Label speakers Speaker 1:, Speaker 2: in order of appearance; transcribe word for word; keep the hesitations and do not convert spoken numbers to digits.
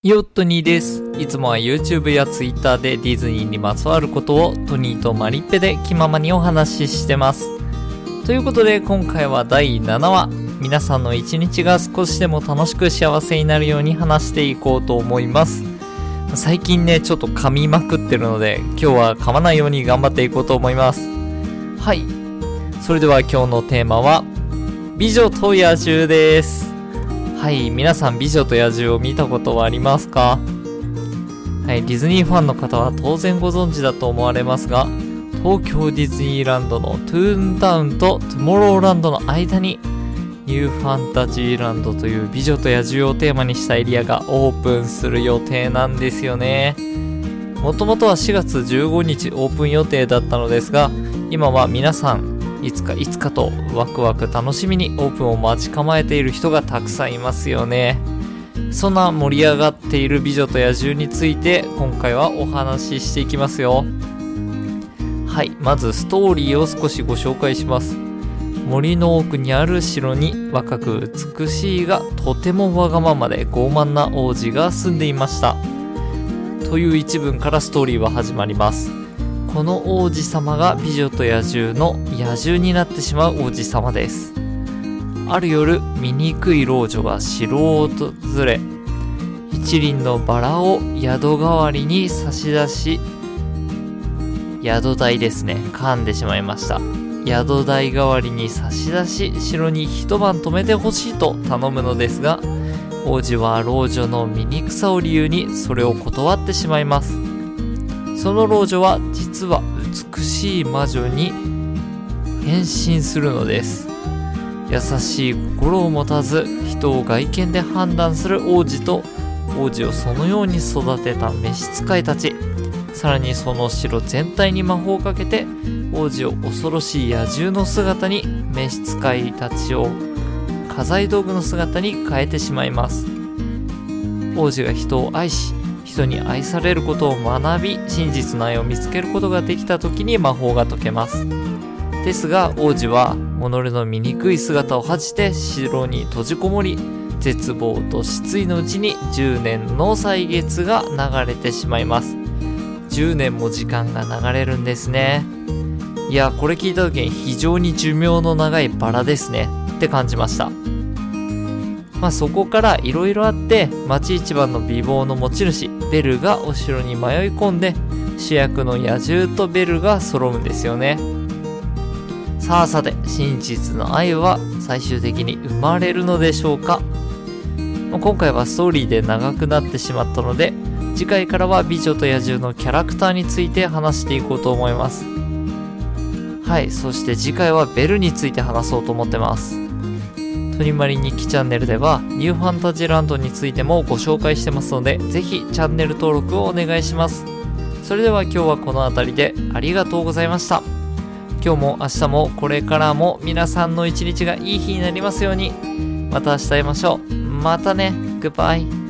Speaker 1: よっトニーです。いつもは YouTube や Twitter でディズニーにまつわることをトニーとマリッペで気ままにお話ししてます。ということで今回はだいななわ、皆さんの一日が少しでも楽しく幸せになるように話していこうと思います。最近ねちょっと噛みまくってるので今日は噛まないように頑張っていこうと思います。はい、それでは今日のテーマは美女と野獣です。はい、皆さん美女と野獣を見たことはありますか？はい、ディズニーファンの方は当然ご存知だと思われますが、東京ディズニーランドのトゥーンタウンとトゥモローランドの間にニューファンタジーランドという美女と野獣をテーマにしたエリアがオープンする予定なんですよね。もともとはしがつじゅうごにちオープン予定だったのですが、今は皆さんいつかいつかとワクワク楽しみにオープンを待ち構えている人がたくさんいますよね。そんな盛り上がっている美女と野獣について今回はお話ししていきますよ。はい、まずストーリーを少しご紹介します。森の奥にある城に若く美しいがとてもわがままで傲慢な王子が住んでいましたという一文からストーリーは始まります。この王子様が美女と野獣の野獣になってしまう王子様です。ある夜、醜い老女が城を訪れ、一輪のバラを宿代わりに差し出し、宿代ですね、噛んでしまいました。宿代代わりに差し出し、城に一晩泊めてほしいと頼むのですが、王子は老女の醜さを理由にそれを断ってしまいます。その老女は実は美しい魔女に変身するのです。優しい心を持たず人を外見で判断する王子と王子をそのように育てた召使いたち、さらにその城全体に魔法をかけて王子を恐ろしい野獣の姿に、召使いたちを家財道具の姿に変えてしまいます。王子が人を愛し人に愛されることを学び、真実の愛を見つけることができた時に魔法が解けます。ですが王子は己の醜い姿を恥じて城に閉じこもり、絶望と失意のうちにじゅうねんの歳月が流れてしまいます。じゅうねんも時間が流れるんですね。いや、これ聞いた時に非常に寿命の長いバラですねって感じました。まあ、そこからいろいろあって町一番の美貌の持ち主ベルがお城に迷い込んで、主役の野獣とベルが揃うんですよね。さあさて、真実の愛は最終的に生まれるのでしょうか。今回はストーリーで長くなってしまったので、次回からは美女と野獣のキャラクターについて話していこうと思います。はい、そして次回はベルについて話そうと思ってます。トニマリ日記チャンネルではニューファンタジーランドについてもご紹介してますので、ぜひチャンネル登録をお願いします。それでは今日はこの辺りでありがとうございました。今日も明日もこれからも皆さんの一日がいい日になりますように。また明日会いましょう。またね。グッバイ。